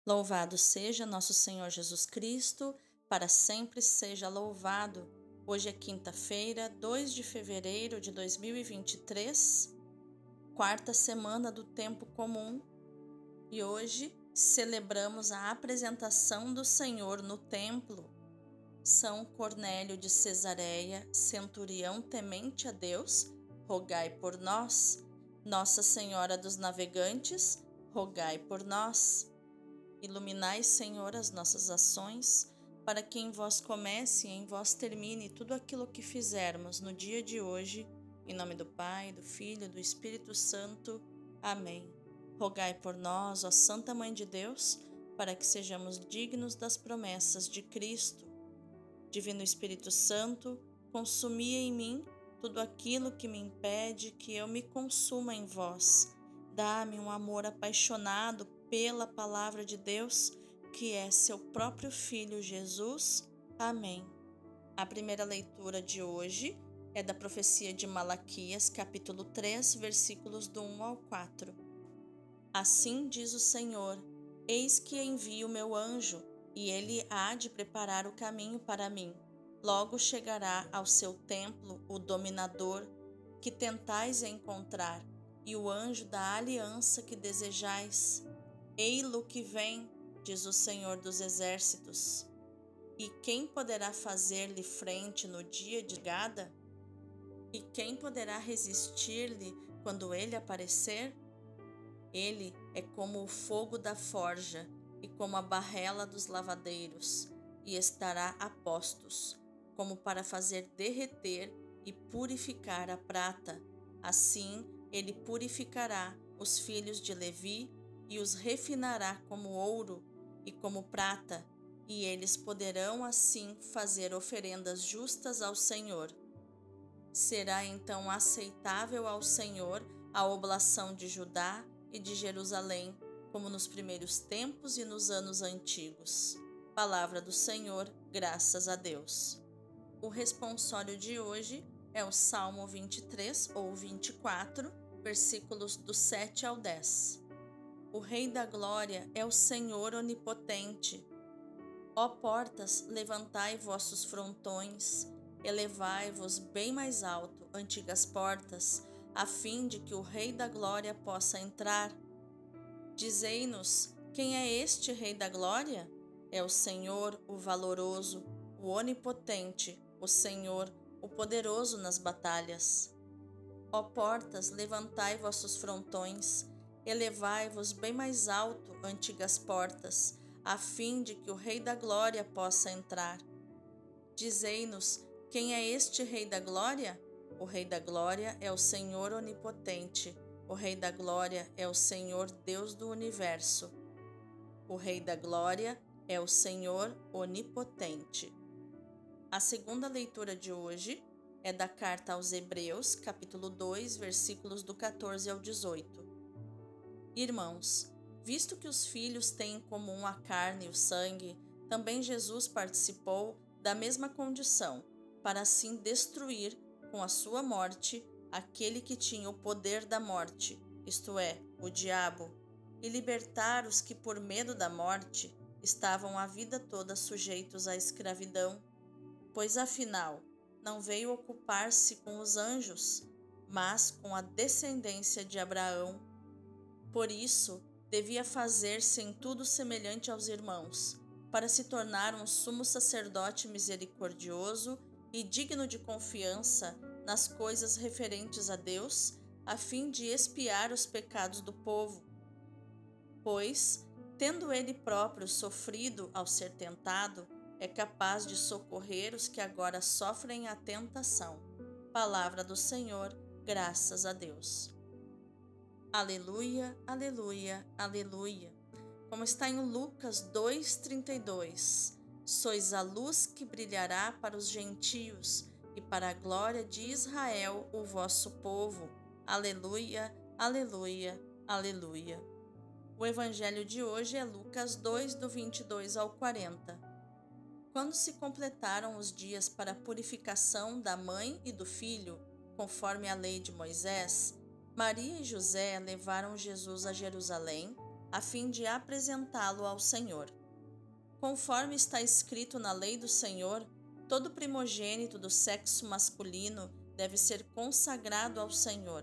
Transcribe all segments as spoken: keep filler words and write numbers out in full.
Louvado seja nosso Senhor Jesus Cristo, para sempre seja louvado. Hoje é quinta-feira, dois de fevereiro de dois mil e vinte e três, quarta semana do tempo comum, e hoje celebramos a apresentação do Senhor no templo. São Cornélio de Cesareia, centurião temente a Deus, rogai por nós. Nossa Senhora dos Navegantes, rogai por nós. Iluminai, Senhor, as nossas ações, para que em vós comece e em vós termine tudo aquilo que fizermos no dia de hoje. Em nome do Pai, do Filho e do Espírito Santo. Amém. Rogai por nós, ó Santa Mãe de Deus, para que sejamos dignos das promessas de Cristo. Divino Espírito Santo, consumi em mim tudo aquilo que me impede que eu me consuma em vós. Dá-me um amor apaixonado pela palavra de Deus, que é seu próprio Filho Jesus. Amém. A primeira leitura de hoje é da profecia de Malaquias, capítulo três, versículos do um ao quatro. Assim diz o Senhor: eis que envio o meu anjo, e ele há de preparar o caminho para mim. Logo chegará ao seu templo o dominador que tentais encontrar, e o anjo da aliança que desejais. Ei-lo que vem, diz o Senhor dos Exércitos. E quem poderá fazer-lhe frente no dia de chegada? E quem poderá resistir-lhe quando ele aparecer? Ele é como o fogo da forja e como a barrela dos lavadeiros, e estará a postos, como para fazer derreter e purificar a prata. Assim ele purificará os filhos de Levi e os refinará como ouro e como prata, e eles poderão assim fazer oferendas justas ao Senhor. Será então aceitável ao Senhor a oblação de Judá e de Jerusalém, como nos primeiros tempos e nos anos antigos. Palavra do Senhor, graças a Deus. O responsório de hoje é o Salmo vinte e três ou vinte e quatro, versículos do sete ao dez. O Rei da Glória é o Senhor onipotente. Ó portas, levantai vossos frontões, elevai-vos bem mais alto, antigas portas, a fim de que o Rei da Glória possa entrar. Dizei-nos, quem é este Rei da Glória? É o Senhor, o valoroso, o onipotente, o Senhor, o poderoso nas batalhas. Ó portas, levantai vossos frontões, elevai-vos bem mais alto, antigas portas, a fim de que o Rei da Glória possa entrar. Dizei-nos, quem é este Rei da Glória? O Rei da Glória é o Senhor onipotente. O Rei da Glória é o Senhor Deus do universo. O Rei da Glória é o Senhor onipotente. A segunda leitura de hoje é da carta aos Hebreus, capítulo dois, versículos do quatorze ao dezoito. Irmãos, visto que os filhos têm em comum a carne e o sangue, também Jesus participou da mesma condição, para assim destruir com a sua morte aquele que tinha o poder da morte, isto é, o diabo, e libertar os que por medo da morte estavam a vida toda sujeitos à escravidão. Pois afinal, não veio ocupar-se com os anjos, mas com a descendência de Abraão. Por isso, devia fazer-se em tudo semelhante aos irmãos, para se tornar um sumo sacerdote misericordioso e digno de confiança nas coisas referentes a Deus, a fim de expiar os pecados do povo. Pois, tendo ele próprio sofrido ao ser tentado, é capaz de socorrer os que agora sofrem a tentação. Palavra do Senhor, graças a Deus. Aleluia, aleluia, aleluia. Como está em Lucas dois, trinta e dois. Sois a luz que brilhará para os gentios e para a glória de Israel, o vosso povo. Aleluia, aleluia, aleluia. O evangelho de hoje é Lucas dois, do vinte e dois ao quarenta. Quando se completaram os dias para a purificação da mãe e do filho, conforme a lei de Moisés, Maria e José levaram Jesus a Jerusalém a fim de apresentá-lo ao Senhor. Conforme está escrito na lei do Senhor, todo primogênito do sexo masculino deve ser consagrado ao Senhor.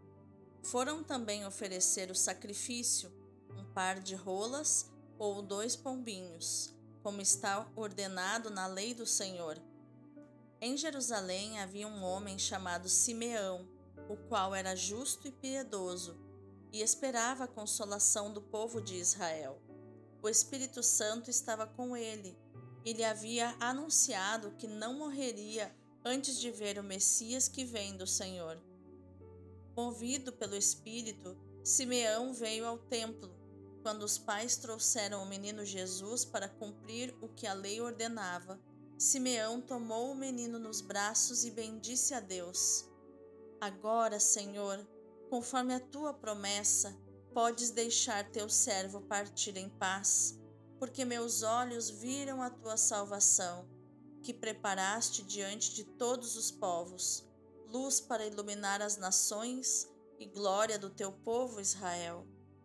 Foram também oferecer o sacrifício, um par de rolas ou dois pombinhos, como está ordenado na lei do Senhor. Em Jerusalém havia um homem chamado Simeão, o qual era justo e piedoso, e esperava a consolação do povo de Israel. O Espírito Santo estava com ele, e lhe havia anunciado que não morreria antes de ver o Messias que vem do Senhor. Movido pelo Espírito, Simeão veio ao templo, quando os pais trouxeram o menino Jesus para cumprir o que a lei ordenava. Simeão tomou o menino nos braços e bendisse a Deus. Agora, Senhor, conforme a tua promessa, podes deixar teu servo partir em paz, porque meus olhos viram a tua salvação, que preparaste diante de todos os povos, luz para iluminar as nações e glória do teu povo Israel.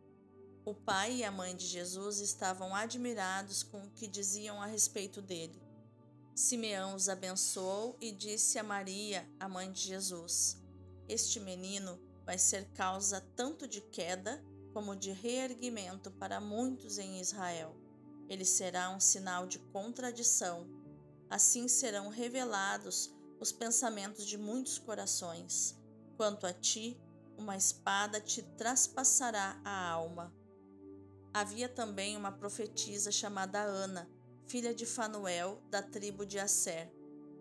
O pai e a mãe de Jesus estavam admirados com o que diziam a respeito dele. Simeão os abençoou e disse a Maria, a mãe de Jesus: Este menino vai ser causa tanto de queda como de reerguimento para muitos em Israel. Ele será um sinal de contradição. Assim serão revelados os pensamentos de muitos corações. Quanto a ti, uma espada te traspassará a alma. Havia também uma profetisa chamada Ana, filha de Fanuel, da tribo de Asser.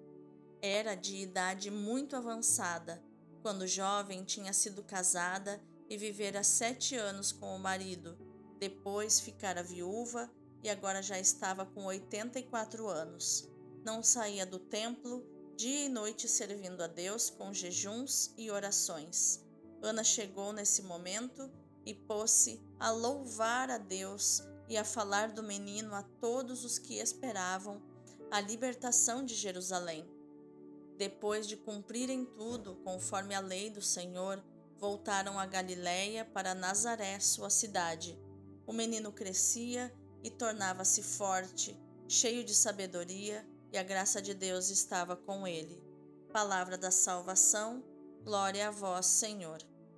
Era de idade muito avançada. Quando jovem, tinha sido casada e vivera sete anos com o marido. Depois ficara viúva e agora já estava com oitenta e quatro anos. Não saía do templo, dia e noite servindo a Deus com jejuns e orações. Ana chegou nesse momento e pôs-se a louvar a Deus e a falar do menino a todos os que esperavam a libertação de Jerusalém. Depois de cumprirem tudo conforme a lei do Senhor, voltaram a Galiléia para Nazaré, sua cidade. O menino crescia e tornava-se forte, cheio de sabedoria, e a graça de Deus estava com ele. Palavra da salvação, glória a vós, Senhor.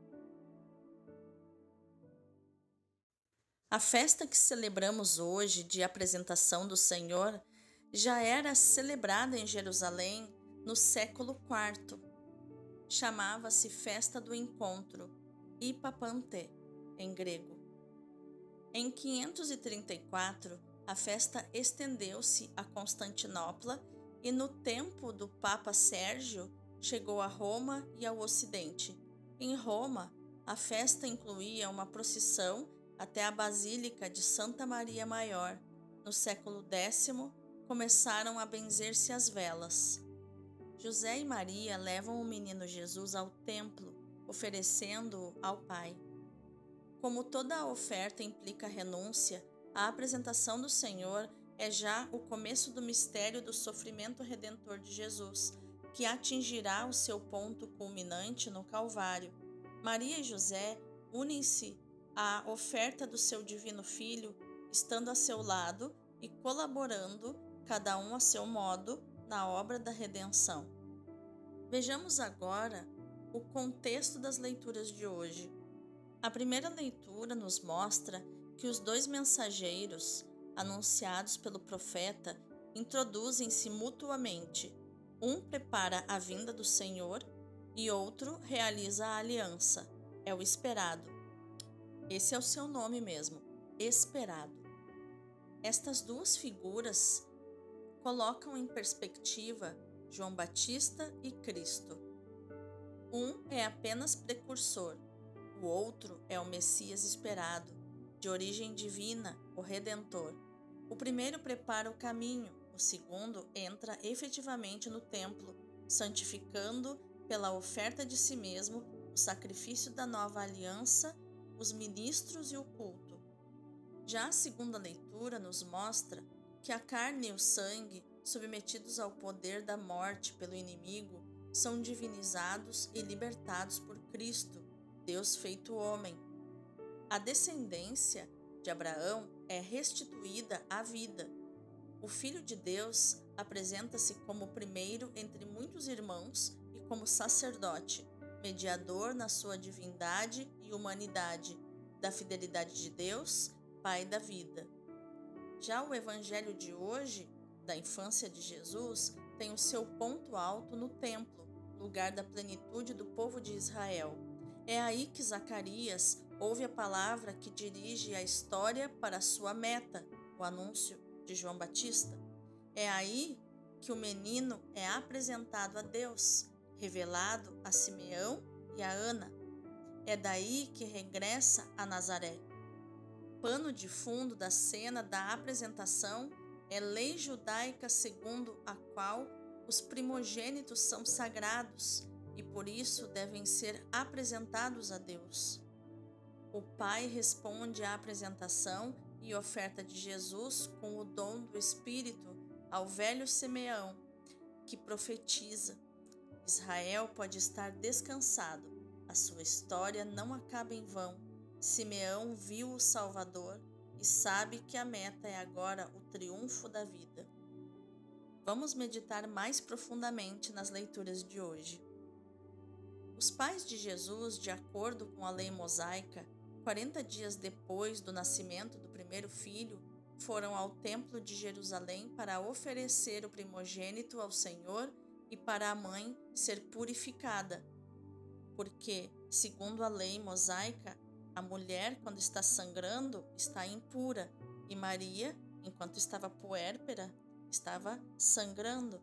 A festa que celebramos hoje, de apresentação do Senhor, já era celebrada em Jerusalém no século quarto. Chamava-se Festa do Encontro, Ipapantê, em grego. Em quinhentos e trinta e quatro, a festa estendeu-se a Constantinopla e, no tempo do Papa Sérgio, chegou a Roma e ao Ocidente. Em Roma, a festa incluía uma procissão até a Basílica de Santa Maria Maior. No século décimo, começaram a benzer-se as velas. José e Maria levam o menino Jesus ao templo, oferecendo-o ao Pai. Como toda a oferta implica renúncia, a apresentação do Senhor é já o começo do mistério do sofrimento redentor de Jesus, que atingirá o seu ponto culminante no Calvário. Maria e José unem-se à oferta do seu divino Filho, estando a seu lado e colaborando, cada um a seu modo, na obra da redenção. Vejamos agora o contexto das leituras de hoje. A primeira leitura nos mostra que os dois mensageiros, anunciados pelo profeta, introduzem-se mutuamente. Um prepara a vinda do Senhor e outro realiza a aliança. É o esperado. Esse é o seu nome mesmo, esperado. Estas duas figuras colocam em perspectiva João Batista e Cristo. Um é apenas precursor, o outro é o Messias esperado, de origem divina, o Redentor. O primeiro prepara o caminho, o segundo entra efetivamente no templo, santificando pela oferta de si mesmo o sacrifício da nova aliança, os ministros e o culto. Já a segunda leitura nos mostra que a carne e o sangue, submetidos ao poder da morte pelo inimigo, são divinizados e libertados por Cristo, Deus feito homem. A descendência de Abraão é restituída à vida. O Filho de Deus apresenta-se como o primeiro entre muitos irmãos e como sacerdote, mediador na sua divindade e humanidade, da fidelidade de Deus, Pai da vida. Já o Evangelho de hoje, da infância de Jesus, tem o seu ponto alto no templo, lugar da plenitude do povo de Israel. É aí que Zacarias ouve a palavra que dirige a história para a sua meta, o anúncio de João Batista. É aí que o menino é apresentado a Deus, revelado a Simeão e a Ana. É daí que regressa a Nazaré. Pano de fundo da cena da apresentação é lei judaica segundo a qual os primogênitos são sagrados e por isso devem ser apresentados a Deus. O pai responde à apresentação e oferta de Jesus com o dom do Espírito ao velho Simeão, que profetiza. Israel pode estar descansado, a sua história não acaba em vão. Simeão viu o Salvador e sabe que a meta é agora o triunfo da vida. Vamos meditar mais profundamente nas leituras de hoje. Os pais de Jesus, de acordo com a lei mosaica, quarenta dias depois do nascimento do primeiro filho, foram ao templo de Jerusalém para oferecer o primogênito ao Senhor e para a mãe ser purificada. Porque, segundo a lei mosaica, a mulher, quando está sangrando, está impura, e Maria, enquanto estava puérpera, estava sangrando.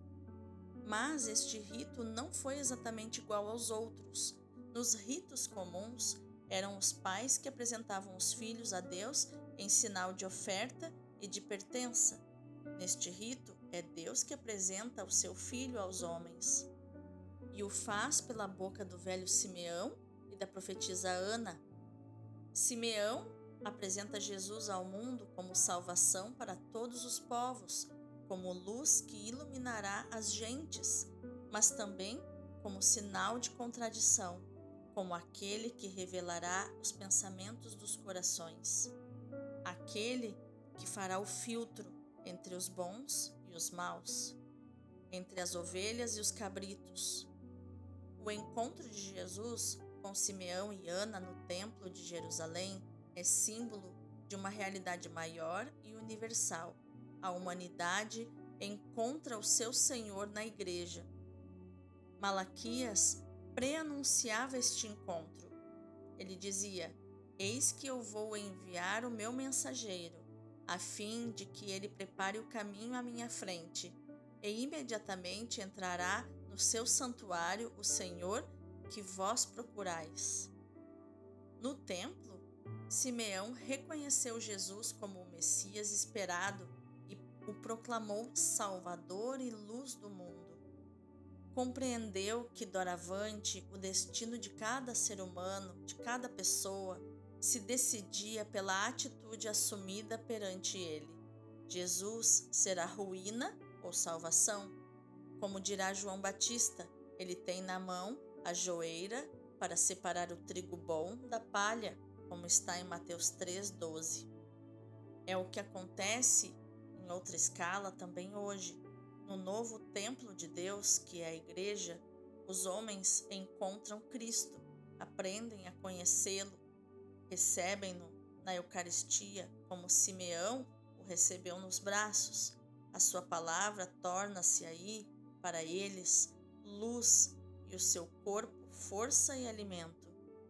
Mas este rito não foi exatamente igual aos outros. Nos ritos comuns, eram os pais que apresentavam os filhos a Deus em sinal de oferta e de pertença. Neste rito, é Deus que apresenta o seu filho aos homens. E o faz pela boca do velho Simeão e da profetisa Ana. Simeão apresenta Jesus ao mundo como salvação para todos os povos, como luz que iluminará as gentes, mas também como sinal de contradição, como aquele que revelará os pensamentos dos corações, aquele que fará o filtro entre os bons e os maus, entre as ovelhas e os cabritos. O encontro de Jesus com Simeão e Ana no Templo de Jerusalém é símbolo de uma realidade maior e universal. A humanidade encontra o seu Senhor na Igreja. Malaquias preanunciava este encontro. Ele dizia: Eis que eu vou enviar o meu mensageiro, a fim de que ele prepare o caminho à minha frente, e imediatamente entrará no seu santuário o Senhor que vós procurais. No templo, Simeão reconheceu Jesus como o Messias esperado e o proclamou Salvador e luz do mundo. Compreendeu que doravante o destino de cada ser humano, de cada pessoa, se decidia pela atitude assumida perante ele. Jesus será ruína ou salvação? Como dirá João Batista, ele tem na mão a joeira para separar o trigo bom da palha, como está em Mateus três, doze. É o que acontece em outra escala também hoje. No novo templo de Deus, que é a Igreja, os homens encontram Cristo, aprendem a conhecê-lo, recebem-no na Eucaristia, como Simeão o recebeu nos braços. A sua palavra torna-se aí, para eles, luz e o seu corpo, força e alimento.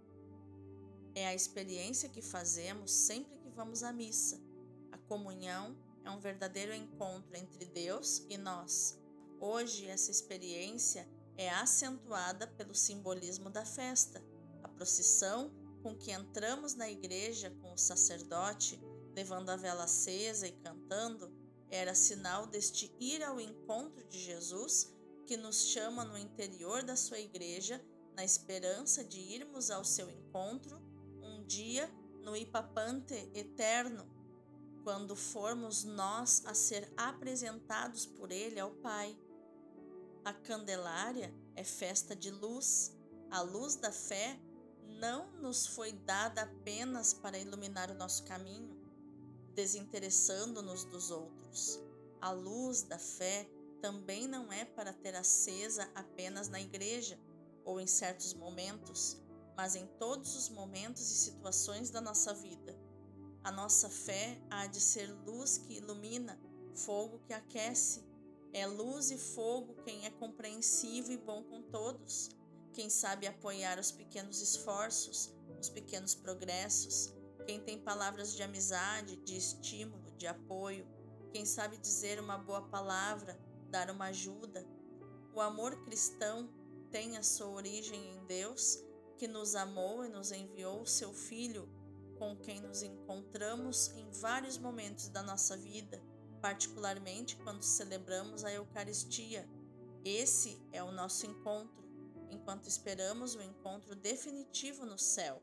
É a experiência que fazemos sempre que vamos à missa. A comunhão é um verdadeiro encontro entre Deus e nós. Hoje, essa experiência é acentuada pelo simbolismo da festa. A procissão com que entramos na igreja com o sacerdote, levando a vela acesa e cantando, era sinal deste ir ao encontro de Jesus, que nos chama no interior da sua igreja, na esperança de irmos ao seu encontro um dia no Ipapante eterno, quando formos nós a ser apresentados por Ele ao Pai. A Candelária é festa de luz. A luz da fé não nos foi dada apenas para iluminar o nosso caminho, desinteressando-nos dos outros. A luz da fé também não é para ter acesa apenas na igreja ou em certos momentos, mas em todos os momentos e situações da nossa vida. A nossa fé há de ser luz que ilumina, fogo que aquece. É luz e fogo quem é compreensivo e bom com todos, quem sabe apoiar os pequenos esforços, os pequenos progressos, quem tem palavras de amizade, de estímulo, de apoio, quem sabe dizer uma boa palavra, dar uma ajuda. O amor cristão tem a sua origem em Deus, que nos amou e nos enviou o seu Filho, com quem nos encontramos em vários momentos da nossa vida, particularmente quando celebramos a Eucaristia. Esse é o nosso encontro, enquanto esperamos o encontro definitivo no céu.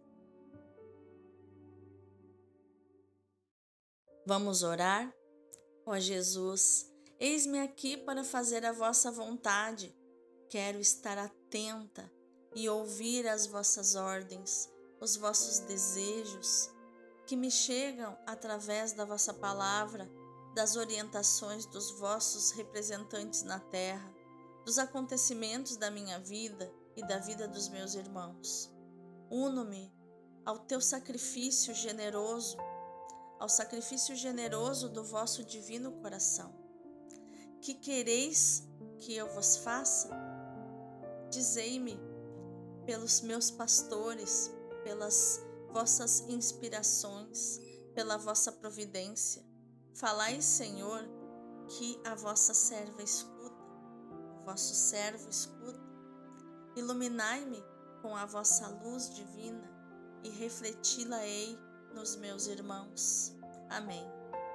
Vamos orar? Ó Jesus, eis-me aqui para fazer a vossa vontade. Quero estar atenta e ouvir as vossas ordens, os vossos desejos, que me chegam através da vossa palavra, das orientações dos vossos representantes na terra, dos acontecimentos da minha vida e da vida dos meus irmãos. Uno-me ao teu sacrifício generoso, ao sacrifício generoso do vosso divino coração. Que quereis que eu vos faça? Dizei-me pelos meus pastores, pelas vossas inspirações, pela vossa providência. Falai, Senhor, que a vossa serva escuta, o vosso servo escuta. Iluminai-me com a vossa luz divina e refleti-la-ei nos meus irmãos. Amém.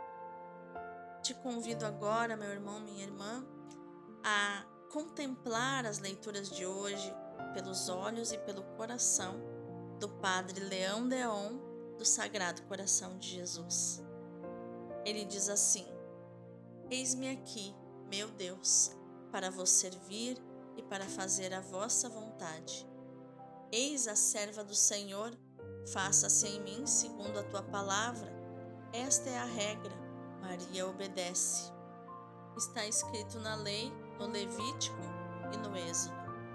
Te convido agora, meu irmão, minha irmã, a contemplar as leituras de hoje pelos olhos e pelo coração do Padre Leão Deon, do Sagrado Coração de Jesus. Ele diz assim: eis-me aqui, meu Deus, para vos servir e para fazer a vossa vontade. Eis a serva do Senhor, faça-se em mim segundo a tua palavra. Esta é a regra, Maria obedece. Está escrito na lei, no Levítico e no Êxodo.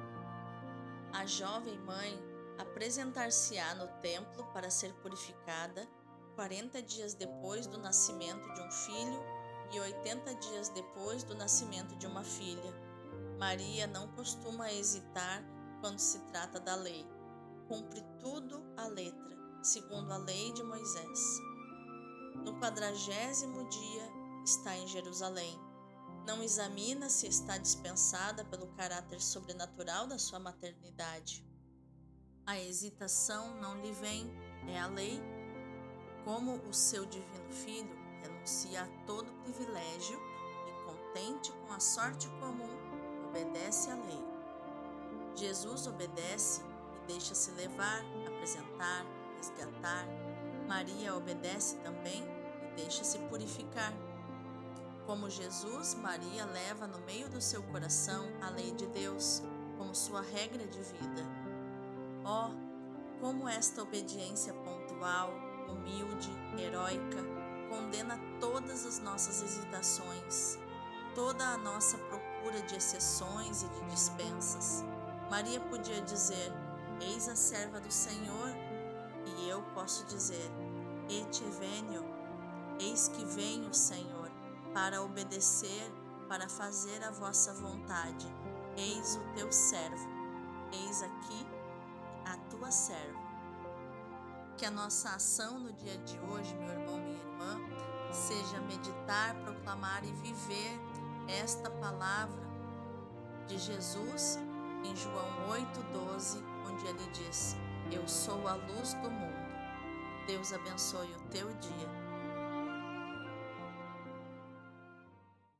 A jovem mãe apresentar-se-á no templo para ser purificada quarenta dias depois do nascimento de um filho e oitenta dias depois do nascimento de uma filha. Maria não costuma hesitar quando se trata da lei. Cumpre tudo à letra, segundo a lei de Moisés. No quadragésimo dia está em Jerusalém. Não examina se está dispensada pelo caráter sobrenatural da sua maternidade. A hesitação não lhe vem, é a lei. Como o seu divino filho renuncia a todo privilégio e, contente com a sorte comum, obedece à lei. Jesus obedece e deixa-se levar, apresentar, resgatar. Maria obedece também e deixa-se purificar. Como Jesus, Maria leva no meio do seu coração a lei de Deus como sua regra de vida. Oh, como esta obediência pontual, humilde, heróica, condena todas as nossas hesitações, toda a nossa procura de exceções e de dispensas. Maria podia dizer: eis a serva do Senhor, e eu posso dizer: et venio, eis que venho, Senhor, para obedecer, para fazer a vossa vontade. Eis o teu servo, eis aqui a tua serva. Que a nossa ação no dia de hoje, meu irmão, minha irmã, seja meditar, proclamar e viver esta palavra de Jesus em João oito, doze, onde ele diz: eu sou a luz do mundo. Deus abençoe o teu dia.